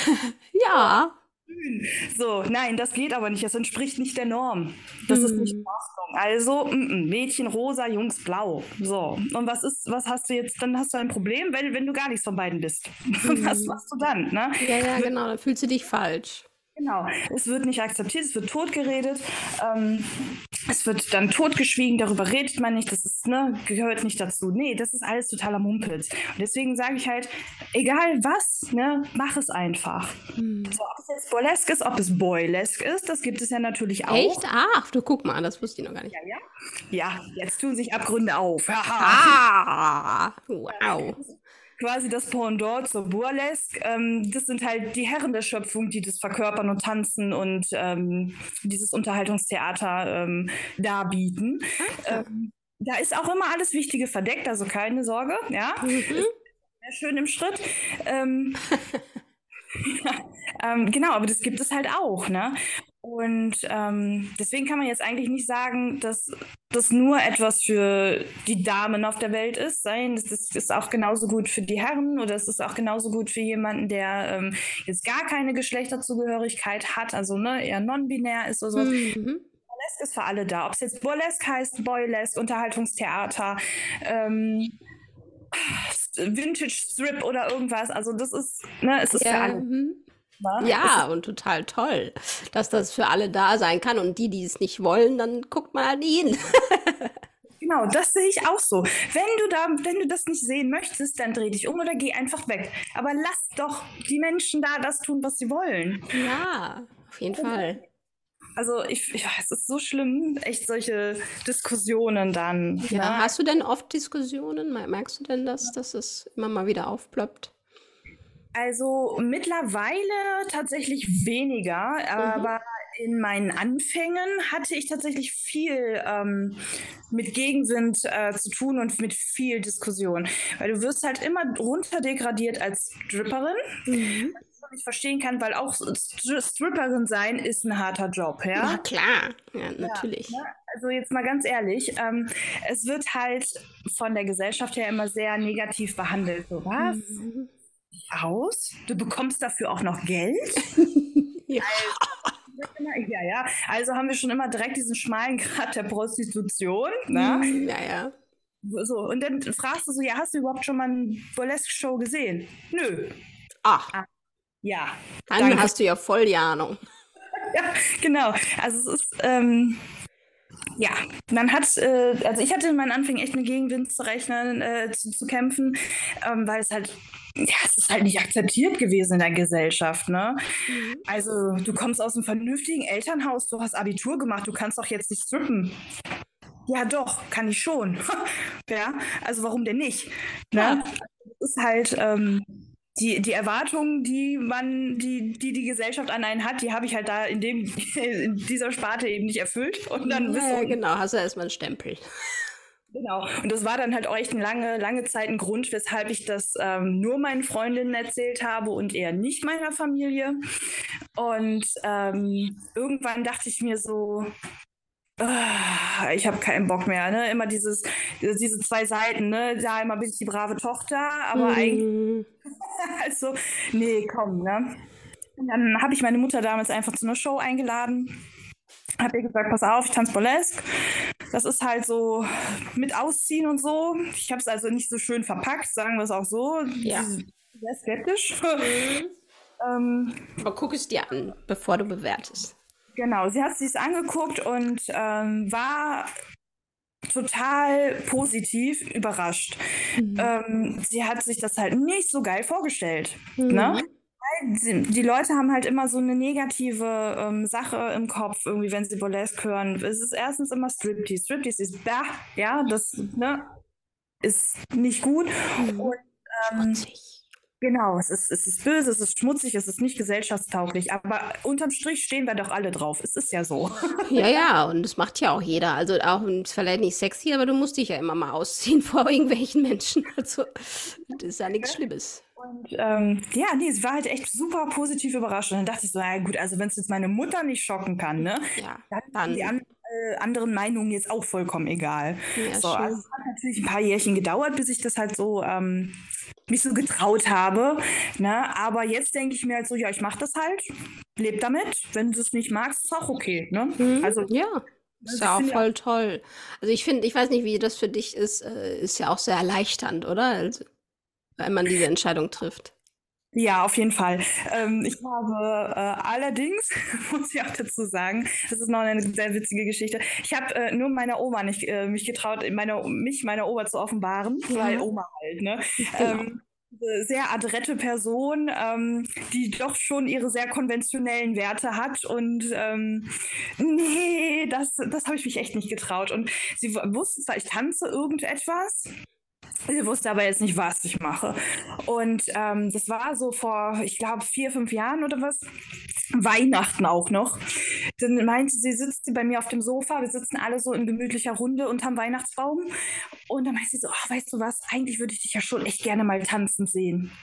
Ja. So, nein, das geht aber nicht. Das entspricht nicht der Norm. Das ist nicht in Mhm. Ordnung. Also, mm, mm, Mädchen rosa, Jungs blau. So, und was ist, was hast du jetzt? Dann hast du ein Problem, wenn, wenn du gar nichts von beiden bist. Was Mhm. machst du dann? Ne? Ja, ja, genau, dann fühlst du dich falsch. Genau, es wird nicht akzeptiert, es wird totgeredet, ähm, es wird dann totgeschwiegen, darüber redet man nicht, das ist, ne, gehört nicht dazu. Nee, das ist alles totaler Mumpitz. Und deswegen sage ich halt, egal was, ne, mach es einfach. Mhm. So, ob es jetzt Burlesque ist, ob es Boylesque ist, das gibt es ja natürlich auch. Echt? Ach, du guck mal, das wusste ich noch gar nicht. Ja, ja. Ja, jetzt tun sich Abgründe auf. Haha. Ah, wow. Quasi das Pendant zur Burlesque. Ähm, das sind halt die Herren der Schöpfung, die das verkörpern und tanzen und ähm, dieses Unterhaltungstheater ähm, darbieten. Ah. Ähm, da ist auch immer alles Wichtige verdeckt, also keine Sorge. Ja, Mhm. ist sehr schön im Schritt. Ähm, ja, ähm, genau, aber das gibt es halt auch, ne? Und ähm, deswegen kann man jetzt eigentlich nicht sagen, dass das nur etwas für die Damen auf der Welt ist. Sein, das ist, ist auch genauso gut für die Herren oder es ist auch genauso gut für jemanden, der ähm, jetzt gar keine Geschlechterzugehörigkeit hat, also ne, eher non-binär ist oder sowas. Mhm. Burlesque ist für alle da. Ob es jetzt Burlesque heißt, Boylesque, Unterhaltungstheater, ähm, Vintage Strip oder irgendwas. Also das ist, ne, es ist für Ja, alle. mhm. Ne? Ja, und total toll, dass das für alle da sein kann. Und die, die es nicht wollen, dann guckt mal an ihn. Genau, das sehe ich auch so. Wenn du da, wenn du das nicht sehen möchtest, dann dreh dich um oder geh einfach weg. Aber lass doch die Menschen da das tun, was sie wollen. Ja, auf jeden Fall. Also ich, ich es ist so schlimm, echt solche Diskussionen dann. Ja, Ne? hast du denn oft Diskussionen? Mer- Merkst du denn das, dass es immer mal wieder aufploppt? Also mittlerweile tatsächlich weniger, aber in meinen Anfängen hatte ich tatsächlich viel ähm, mit Gegenwind äh, zu tun und mit viel Diskussion. Weil du wirst halt immer runterdegradiert als Stripperin, Mhm. was ich verstehen kann, weil auch Stri- Stripperin sein ist ein harter Job, Na ja? klar, ja, natürlich. Ne? Also jetzt mal ganz ehrlich, ähm, es wird halt von der Gesellschaft her immer sehr negativ behandelt. So, was? Mhm. Aus? Du bekommst dafür auch noch Geld? Ja. Ja, ja. Also haben wir schon immer direkt diesen schmalen Grad der Prostitution. Ne? Mhm, ja, ja. So, und dann fragst du so, ja, hast du überhaupt schon mal eine Burlesque-Show gesehen? Nö. Ach, Ja, dann danke. hast du ja voll die Ahnung. Ja, genau. Also es ist, ähm, ja, man hat, äh, also ich hatte in meinen Anfängen echt mit Gegenwind zu rechnen, äh, zu, zu kämpfen, ähm, weil es halt, ja, es ist halt nicht akzeptiert gewesen in der Gesellschaft, ne? Mhm. Also du kommst aus einem vernünftigen Elternhaus, du hast Abitur gemacht, du kannst doch jetzt nicht strippen. Ja, doch, kann ich schon. Ja, also warum denn nicht? Ne? Das ist halt ähm, die, die Erwartungen, die man, die, die die Gesellschaft an einen hat, die habe ich halt da in dem in dieser Sparte eben nicht erfüllt. Und dann bist Ja, ja, du genau, hast du erstmal einen Stempel. genau. Und das war dann halt auch echt eine lange, lange Zeit ein Grund, weshalb ich das ähm, nur meinen Freundinnen erzählt habe und eher nicht meiner Familie. Und ähm, irgendwann dachte ich mir so, ah, ich habe keinen Bock mehr, ne? Immer dieses, diese zwei Seiten, ne? Ja, immer bin ich die brave Tochter, aber eigentlich, Mhm. also, nee, komm, ne? Und dann habe ich meine Mutter damals einfach zu einer Show eingeladen, habe ihr gesagt, pass auf, ich tanze Burlesque. das ist halt so mit Ausziehen und so. Ich habe es also nicht so schön verpackt, sagen wir es auch so. Ja. Sie ist sehr skeptisch. Mhm. ähm, Aber guck es dir an, bevor du bewertest. genau, sie hat sich angeguckt und ähm, war total positiv überrascht. Mhm. Ähm, sie hat sich das halt nicht so geil vorgestellt. Mhm. Ne? Die, die Leute haben halt immer so eine negative ähm, Sache im Kopf, irgendwie, wenn sie Burlesque hören. Es ist erstens immer Striptease. Striptease ist bah, ja, das ne, ist nicht gut. Mhm. Und ähm, Schmutzig. genau, es ist, es ist böse, es ist schmutzig, es ist nicht gesellschaftstauglich, aber unterm Strich stehen wir doch alle drauf. Es ist ja so. Ja, ja, und das macht ja auch jeder. Also auch, es ist vielleicht nicht sexy, aber du musst dich ja immer mal ausziehen vor irgendwelchen Menschen. Also das ist ja nichts Schlimmes. Und ähm, ja, nee, es war halt echt super positiv überrascht. Und dann dachte ich so, ja gut, also wenn es jetzt meine Mutter nicht schocken kann, ne, Ja, dann sind die dann. an, äh, anderen Meinungen jetzt auch vollkommen egal. Ja, So, also schön. es hat natürlich ein paar Jährchen gedauert, bis ich das halt so ähm, mich so getraut habe. Ne? Aber jetzt denke ich mir halt so, ja, ich mache das halt, lebe damit. Wenn du es nicht magst, ist auch okay. Ne? Mhm. Also Ja, also ist ich ja auch finde ja, voll toll. Also ich finde, ich weiß nicht, wie das für dich ist, äh, ist ja auch sehr erleichternd, oder? Also, wenn man diese Entscheidung trifft. ja, auf jeden Fall. Ähm, ich habe äh, allerdings, muss ich auch dazu sagen, das ist noch eine sehr witzige Geschichte. Ich habe äh, nur meiner Oma nicht äh, mich getraut, meine, mich meiner Oma zu offenbaren, weil Ja, Oma halt, ne? genau. Ähm, eine sehr adrette Person, ähm, die doch schon ihre sehr konventionellen Werte hat und ähm, nee, das, das habe ich mich echt nicht getraut. Und sie w- wusste zwar, ich tanze irgendetwas, sie wusste aber jetzt nicht, was ich mache. Und ähm, das war so vor, ich glaube, vier, fünf Jahren oder was. Weihnachten auch noch. Dann meinte sie, sitzt sie bei mir auf dem Sofa. Wir sitzen alle so in gemütlicher Runde unterm Weihnachtsbaum. Und dann meinte sie so, ach, weißt du was, eigentlich würde ich dich ja schon echt gerne mal tanzen sehen.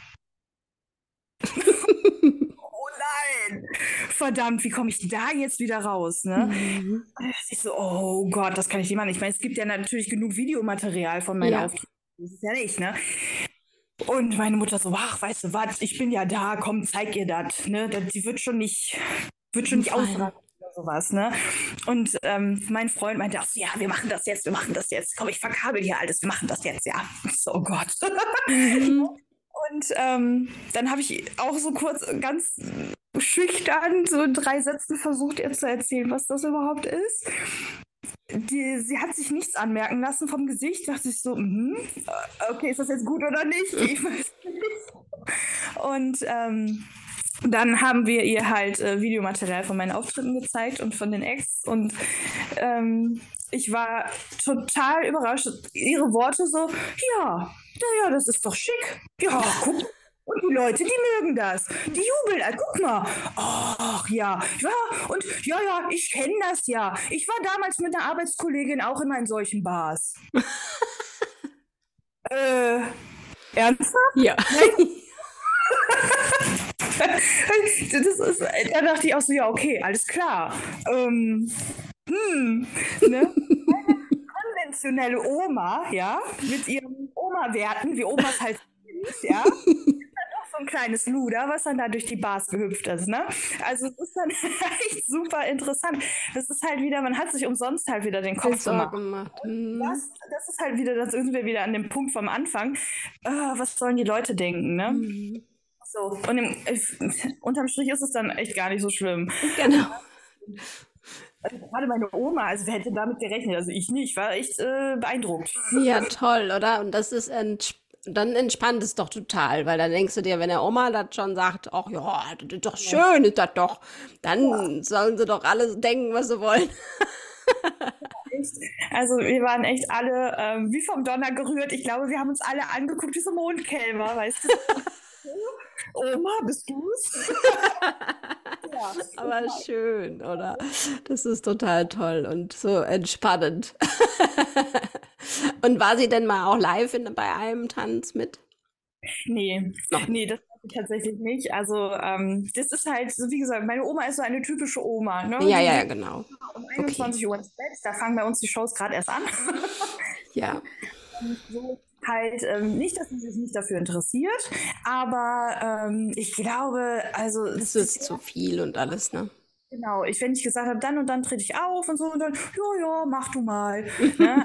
Oh nein! Verdammt, wie komme ich da jetzt wieder raus? Ne? Mhm. Ich so, oh Gott, das kann ich nicht machen. Ich meine, es gibt ja natürlich genug Videomaterial von meinen Ja, Auftritten. Das ist ja nicht, ne? Und meine Mutter so, ach, weißt du was, ich bin ja da, komm, zeig ihr das. Ne? Das- Die wird schon nicht, wird schon nicht umfallen. ausrasten oder sowas. Ne? Und ähm, mein Freund meinte auch so, ja, wir machen das jetzt, wir machen das jetzt. Komm, ich verkabel hier alles, wir machen das jetzt, ja. Ich so, oh Gott. Mhm. Und ähm, dann habe ich auch so kurz ganz schüchtern so in drei Sätzen versucht, ihr zu erzählen, was das überhaupt ist. Die, sie hat sich nichts anmerken lassen vom Gesicht. Dachte ich so, mhm, äh, okay, ist das jetzt gut oder nicht? Ich weiß nicht. Und ähm, dann haben wir ihr halt äh, Videomaterial von meinen Auftritten gezeigt und von den Ex. Und ähm, ich war total überrascht. Ihre Worte so, ja, naja, das ist doch schick. Ja, guck. Und die Leute, die mögen das. Die jubeln. Ah, guck mal. Ach ja, ja, und ja, ja, ich kenne das ja. Ich war damals mit einer Arbeitskollegin auch immer in solchen Bars. Äh, ernsthaft? Ja. Das ist, da dachte ich auch so, ja, okay, alles klar. Ähm, hm, ne? Konventionelle Oma, ja, mit ihren Oma-Werten, wie Omas halt sind, ja. So ein kleines Luder, was dann da durch die Bars gehüpft ist, ne? Also es ist dann echt super interessant. Das ist halt wieder, man hat sich umsonst halt wieder den Kopf Ist auch gemacht. gemacht. Das, Mhm. das ist halt wieder, da sind wir wieder an dem Punkt vom Anfang. Äh, was sollen die Leute denken, ne? Mhm. So, und im, äh, unterm Strich ist es dann echt gar nicht so schlimm. Genau. Also gerade meine Oma, also wer hätte damit gerechnet? Also ich nicht, ich war echt äh, beeindruckt. Ja, toll, oder? Und das ist ents dann entspannt es doch total, weil dann denkst du dir, wenn der Oma das schon sagt, ach ja, das ist doch schön, ist das doch, dann sollen sie doch alle denken, was sie wollen. Echt. Also wir waren echt alle ähm, wie vom Donner gerührt. Ich glaube, wir haben uns alle angeguckt wie so Mondkälber, weißt du? Oma, bist du's? Ja. Aber schön, oder? Das ist total toll und so entspannend. Und war sie denn mal auch live in, bei einem Tanz mit? Nee, Noch nicht. nee, das weiß ich tatsächlich nicht. Also ähm, das ist halt, so wie gesagt, meine Oma ist so eine typische Oma. Ne? Ja, Die ja, ja, geht genau. um Okay. einundzwanzig Uhr ins Bett, da fangen bei uns die Shows gerade erst an. Ja. So halt, ähm, nicht, dass sie sich nicht dafür interessiert, aber ähm, ich glaube, also Es das ist zu viel und alles, ne? Genau, ich, wenn ich gesagt habe, dann und dann trete ich auf und so, und dann, ja, ja, mach du mal. Ne?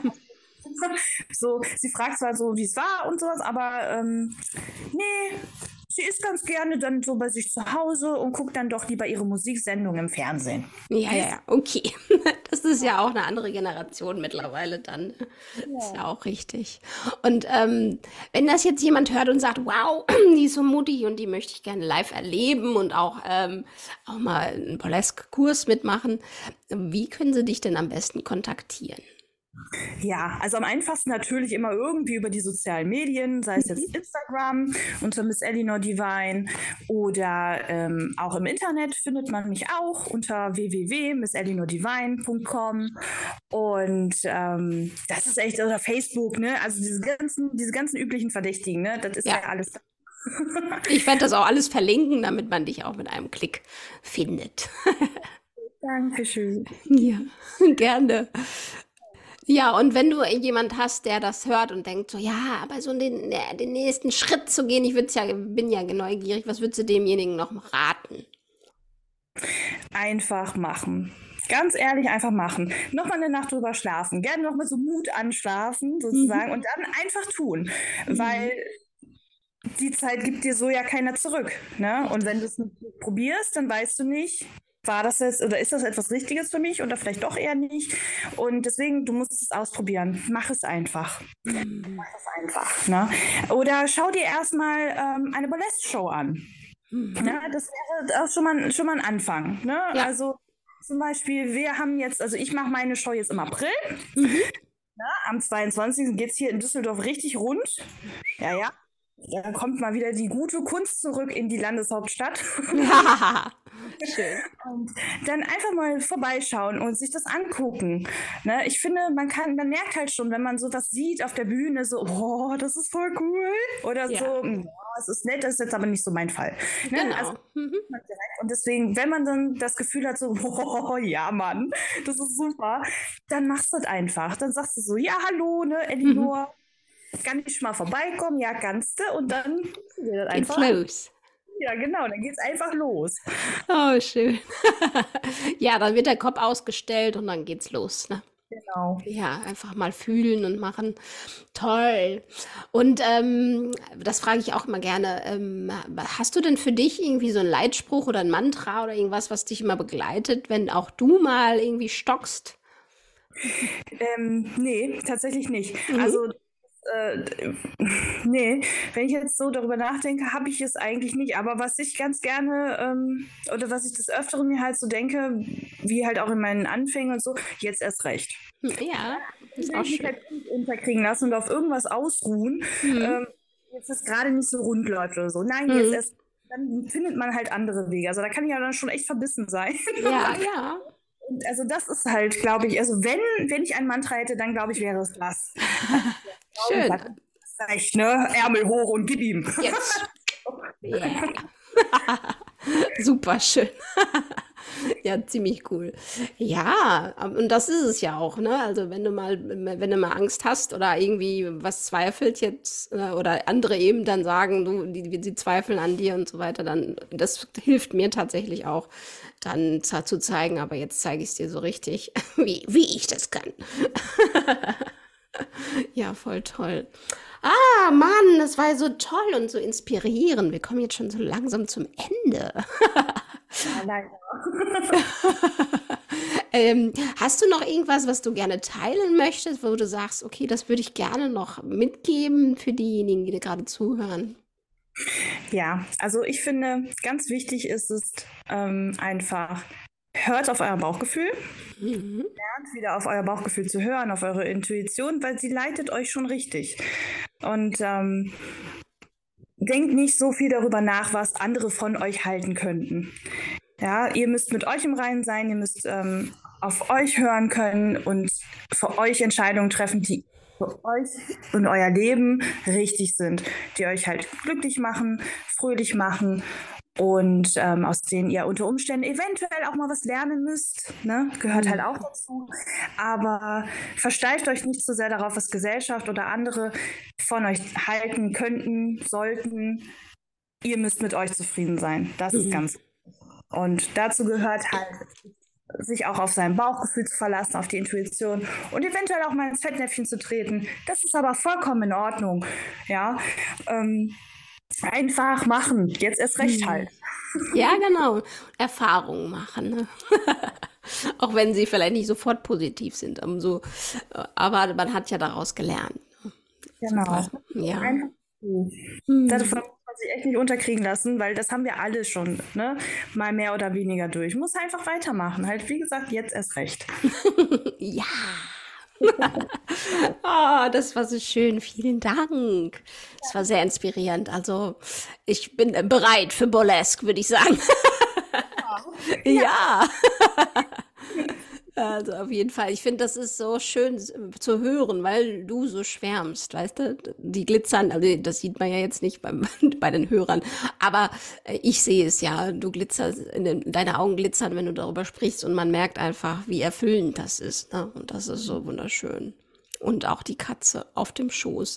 So, sie fragt zwar so, wie es war und sowas, aber ähm, nee, sie ist ganz gerne dann so bei sich zu Hause und guckt dann doch lieber ihre Musiksendung im Fernsehen. Ja, ja, ja, okay. Das ist ja auch eine andere Generation mittlerweile dann. Ist ja Ja. auch richtig. Und ähm, wenn das jetzt jemand hört und sagt, wow, die ist so mutig und die möchte ich gerne live erleben und auch, ähm, auch mal einen Burlesque-Kurs mitmachen, wie können sie dich denn am besten kontaktieren? Ja, also am einfachsten natürlich immer irgendwie über die sozialen Medien, sei es jetzt Instagram unter Miss Elinor Divine oder ähm, auch im Internet findet man mich auch unter w w w punkt miss elinor divine punkt com und ähm, das ist echt, oder Facebook, ne? Also diese ganzen, diese ganzen üblichen Verdächtigen, ne? Das ist ja Ja, alles. ich werde das auch alles verlinken, damit man dich auch mit einem Klick findet. Dankeschön. Ja, gerne. Ja, und wenn du jemand hast, der das hört und denkt so, ja, aber so den, der- den nächsten Schritt zu gehen, ich würd's ja, bin ja neugierig, was würdest du demjenigen noch raten? Einfach machen. Ganz ehrlich, einfach machen. Nochmal eine Nacht drüber schlafen. Gerne nochmal so Mut anschlafen, Mhm. sozusagen. Und dann einfach tun. Weil Mhm. die Zeit gibt dir so ja keiner zurück. Ne? Und wenn du Richtig. es nicht probierst, dann weißt du nicht, war das jetzt oder ist das etwas Richtiges für mich oder vielleicht doch eher nicht. Und deswegen, du musst es ausprobieren. Mach es einfach. Mhm. Mach es einfach. Ne? Oder schau dir erstmal ähm, eine Burlesque-Show an. Mhm. Ne? Das wäre auch schon mal, schon mal ein Anfang. Ne? Ja. Also zum Beispiel, wir haben jetzt, also ich mache meine Show jetzt im April. Mhm. Am zweiundzwanzigsten geht es hier in Düsseldorf richtig rund. Ja, ja. Da kommt mal wieder die gute Kunst zurück in die Landeshauptstadt. Schön. Und dann einfach mal vorbeischauen und sich das angucken. Ne? Ich finde, man kann, man merkt halt schon, wenn man sowas sieht auf der Bühne, so, oh, das ist voll cool. Oder Ja, so, "Hm, ja, es ist nett, das ist jetzt aber nicht so mein Fall. Ne? Also genau. Mhm. und deswegen, wenn man dann das Gefühl hat, so, oh, ja, Mann, das ist super, dann machst du das einfach. Dann sagst du so, ja, hallo, ne, Mhm. Elinor, kann ich mal vorbeikommen? Ja, kannst du. Und dann guckst du dir das Geht's einfach an. los. Ja, genau, dann geht's einfach los. Oh, schön. Ja, dann wird der Kopf ausgestellt und dann geht's los, ne? Genau. Ja, einfach mal fühlen und machen. Toll. Und ähm, das frage ich auch immer gerne. Ähm, hast du denn für dich irgendwie so einen Leitspruch oder ein Mantra oder irgendwas, was dich immer begleitet, wenn auch du mal irgendwie stockst? Ähm, nee, tatsächlich nicht. Mhm. Also, äh, nee, wenn ich jetzt so darüber nachdenke, habe ich es eigentlich nicht. Aber was ich ganz gerne, ähm, oder was ich des Öfteren mir halt so denke, wie halt auch in meinen Anfängen und so, jetzt erst recht. Hm, ja, ist Will auch ich mich schön. halt nicht unterkriegen lassen und auf irgendwas ausruhen, Mhm. ähm, jetzt es gerade nicht so rund läuft oder so. Nein, jetzt Mhm. erst, dann findet man halt andere Wege. Also da kann ich ja dann schon echt verbissen sein. Ja, ja. Und also das ist halt, glaube ich, also wenn, wenn ich ein Mantra hätte, dann glaube ich, wäre es das. Also, glaube ich, Schön. sagt, recht, ne? Ärmel hoch und gib ihm. Jetzt. Yeah. Super schön. Ja, ziemlich cool. Ja, ab- und das ist es ja auch, ne? Also wenn du mal, wenn du mal Angst hast oder irgendwie was zweifelt jetzt äh, oder andere eben dann sagen, du, die, die zweifeln an dir und so weiter, dann das hilft mir tatsächlich auch, dann za- zu zeigen, aber jetzt zeige ich es dir so richtig, wie, wie ich das kann. Ja, voll toll. Ah, Mann, das war so toll und so inspirierend. Wir kommen jetzt schon so langsam zum Ende. Ja, leider. Ähm, hast du noch irgendwas, was du gerne teilen möchtest, wo du sagst, okay, das würde ich gerne noch mitgeben für diejenigen, die dir gerade zuhören? Ja, also ich finde, ganz wichtig ist es ähm, einfach, hört auf euer Bauchgefühl, Mhm. lernt wieder auf euer Bauchgefühl zu hören, auf eure Intuition, weil sie leitet euch schon richtig. Und ähm, denkt nicht so viel darüber nach, was andere von euch halten könnten. Ja, ihr müsst mit euch im Reinen sein, ihr müsst ähm, auf euch hören können und für euch Entscheidungen treffen, die für euch und euer Leben richtig sind, die euch halt glücklich machen, fröhlich machen und ähm, aus denen ihr unter Umständen eventuell auch mal was lernen müsst, ne? Gehört halt auch Mhm. dazu. Aber versteift euch nicht so sehr darauf, was Gesellschaft oder andere von euch halten könnten, sollten. Ihr müsst mit euch zufrieden sein. Das ist Mhm. ganz. Und dazu gehört halt, sich auch auf sein Bauchgefühl zu verlassen, auf die Intuition und eventuell auch mal ins Fettnäpfchen zu treten. Das ist aber vollkommen in Ordnung. Ja, ähm, einfach machen. Jetzt erst recht halt. Ja, genau. Erfahrungen machen. Ne? Auch wenn sie vielleicht nicht sofort positiv sind. Umso, aber man hat ja daraus gelernt. Genau. Super. Ja. Einfach so. Hm. Davon muss man sich echt nicht unterkriegen lassen, weil das haben wir alle schon, ne? Mal mehr oder weniger durch. Muss einfach weitermachen. Halt, wie gesagt, jetzt erst recht. Ja. Oh, das war so schön. Vielen Dank. Das war sehr inspirierend. Also, ich bin bereit für Burlesque, würde ich sagen. Ja. Ja. Also auf jeden Fall. Ich finde, das ist so schön zu hören, weil du so schwärmst, weißt du? Die glitzern, also das sieht man ja jetzt nicht beim, bei den Hörern, aber ich sehe es ja. Du glitzerst, in den, deine Augen glitzern, wenn du darüber sprichst und man merkt einfach, wie erfüllend das ist. Ne? Und das ist so wunderschön. Und auch die Katze auf dem Schoß.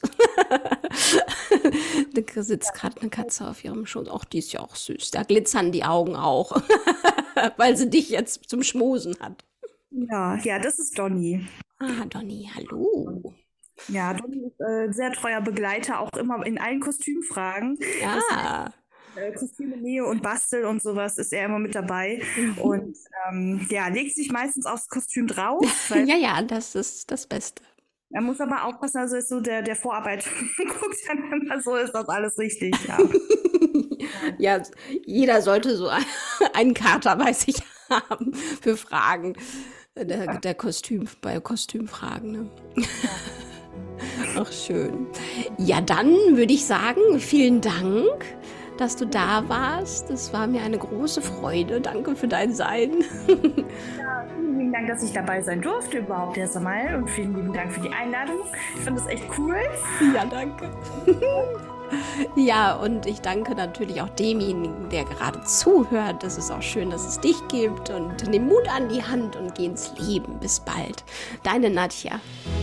Da sitzt gerade eine Katze auf ihrem Schoß. Auch die ist ja auch süß. Da glitzern die Augen auch, weil sie dich jetzt zum Schmusen hat. Ja, ja, das ist Donny. Ah, Donny, hallo. Ja, Donny ist äh, sehr treuer Begleiter, auch immer in allen Kostümfragen. Ja. Äh, Kostüme, Nähe und Bastel und sowas ist er immer mit dabei. Mhm. Und ähm, ja, legt sich meistens aufs Kostüm drauf. Weil Ja, ja, das ist das Beste. er muss aber aufpassen, also ist so der, der Vorarbeit guckt dann immer so, ist das alles richtig. Ja, Ja, jeder sollte so einen Kater bei sich haben für Fragen. Der, der Kostüm, bei Kostümfragen, ne? Ach, schön. Ja, dann würde ich sagen, vielen Dank, dass du da warst. Es war mir eine große Freude. Danke für dein Sein. ja, vielen lieben Dank, dass ich dabei sein durfte, überhaupt erst einmal. Und vielen lieben Dank für die Einladung. Ich fand das echt cool. Ja, danke. Ja, und ich danke natürlich auch demjenigen, der gerade zuhört. Das ist auch schön, dass es dich gibt. Und nimm Mut an die Hand und geh ins Leben. Bis bald. Deine Nadja.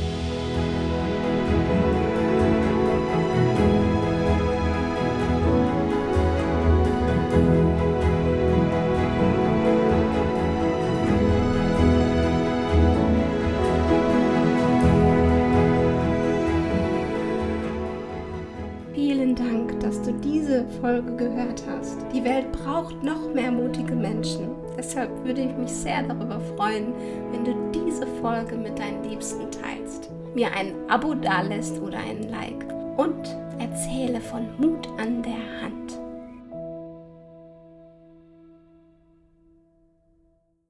Vielen Dank, dass du diese Folge gehört hast. Die Welt braucht noch mehr mutige Menschen. Deshalb würde ich mich sehr darüber freuen, wenn du diese Folge mit deinen Liebsten teilst, mir ein Abo dalässt oder einen Like und erzähle von Mut an der Hand.